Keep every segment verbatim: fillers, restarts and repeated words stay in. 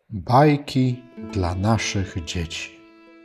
Bajki dla naszych dzieci.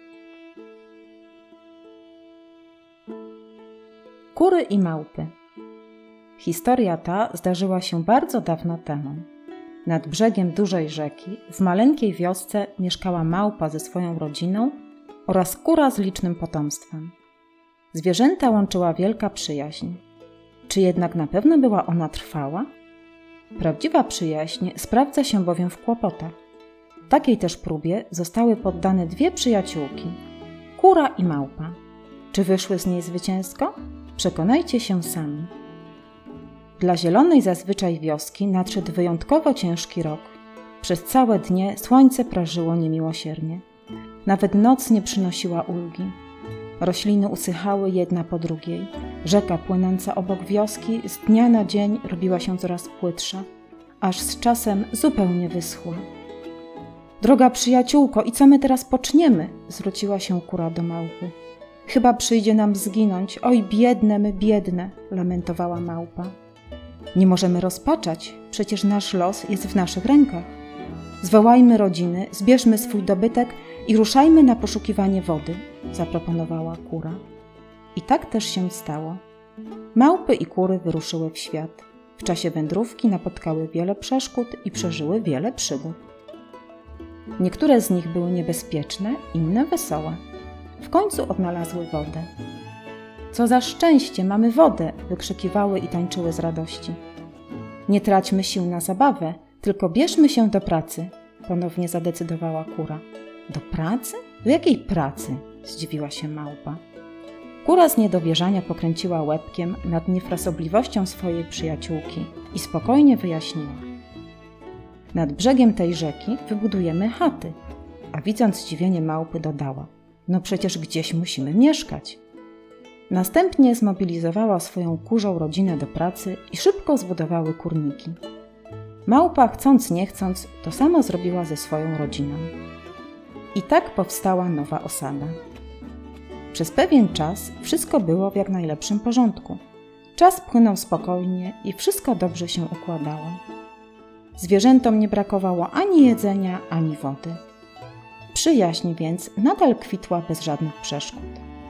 Kury i małpy. Historia ta zdarzyła się bardzo dawno temu. Nad brzegiem dużej rzeki, w maleńkiej wiosce, mieszkała małpa ze swoją rodziną oraz kura z licznym potomstwem. Zwierzęta łączyła wielka przyjaźń. Czy jednak na pewno była ona trwała? Prawdziwa przyjaźń sprawdza się bowiem w kłopotach. Takiej też próbie zostały poddane dwie przyjaciółki, kura i małpa. Czy wyszły z niej zwycięsko? Przekonajcie się sami. Dla zielonej zazwyczaj wioski nadszedł wyjątkowo ciężki rok. Przez całe dnie słońce prażyło niemiłosiernie. Nawet noc nie przynosiła ulgi. Rośliny usychały jedna po drugiej. Rzeka płynąca obok wioski z dnia na dzień robiła się coraz płytsza, aż z czasem zupełnie wyschła. Droga przyjaciółko, i co my teraz poczniemy? Zwróciła się kura do małpy. Chyba przyjdzie nam zginąć. Oj, biedne my, biedne, lamentowała małpa. Nie możemy rozpaczać, przecież nasz los jest w naszych rękach. Zwołajmy rodziny, zbierzmy swój dobytek i ruszajmy na poszukiwanie wody, zaproponowała kura. I tak też się stało. Małpy i kury wyruszyły w świat. W czasie wędrówki napotkały wiele przeszkód i przeżyły wiele przygód. Niektóre z nich były niebezpieczne, inne wesołe. W końcu odnalazły wodę. Co za szczęście, mamy wodę! Wykrzykiwały i tańczyły z radości. Nie traćmy sił na zabawę, tylko bierzmy się do pracy, ponownie zadecydowała kura. Do pracy? Do jakiej pracy? Zdziwiła się małpa. Kura z niedowierzania pokręciła łebkiem nad niefrasobliwością swojej przyjaciółki i spokojnie wyjaśniła. Nad brzegiem tej rzeki wybudujemy chaty, a widząc zdziwienie małpy dodała. No przecież gdzieś musimy mieszkać. Następnie zmobilizowała swoją kurzą rodzinę do pracy i szybko zbudowały kurniki. Małpa, chcąc nie chcąc, to samo zrobiła ze swoją rodziną. I tak powstała nowa osada. Przez pewien czas wszystko było w jak najlepszym porządku. Czas płynął spokojnie i wszystko dobrze się układało. Zwierzętom nie brakowało ani jedzenia, ani wody. Przyjaźń więc nadal kwitła bez żadnych przeszkód.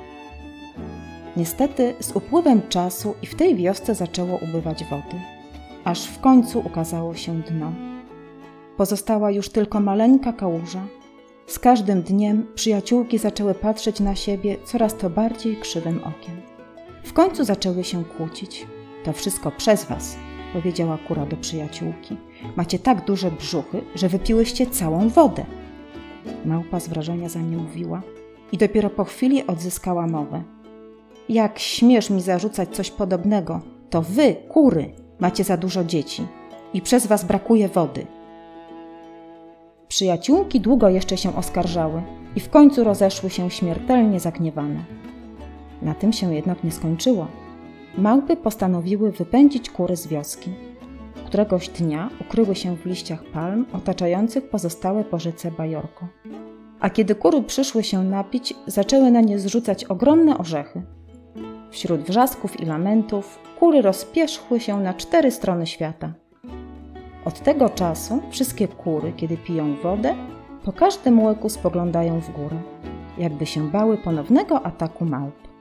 Niestety z upływem czasu i w tej wiosce zaczęło ubywać wody, aż w końcu ukazało się dno. Pozostała już tylko maleńka kałuża. Z każdym dniem przyjaciółki zaczęły patrzeć na siebie coraz to bardziej krzywym okiem. W końcu zaczęły się kłócić. To wszystko przez was, powiedziała kura do przyjaciółki. Macie tak duże brzuchy, że wypiłyście całą wodę. Małpa z wrażenia za nie mówiła i dopiero po chwili odzyskała mowę. Jak śmiesz mi zarzucać coś podobnego? To wy, kury, macie za dużo dzieci i przez was brakuje wody. Przyjaciółki długo jeszcze się oskarżały i w końcu rozeszły się śmiertelnie zagniewane. Na tym się jednak nie skończyło. Małpy postanowiły wypędzić kury z wioski. Któregoś dnia ukryły się w liściach palm otaczających pozostałe po rzece bajorko. A kiedy kury przyszły się napić, zaczęły na nie zrzucać ogromne orzechy. Wśród wrzasków i lamentów kury rozpierzchły się na cztery strony świata. Od tego czasu wszystkie kury, kiedy piją wodę, po każdym łyku spoglądają w górę, jakby się bały ponownego ataku małp.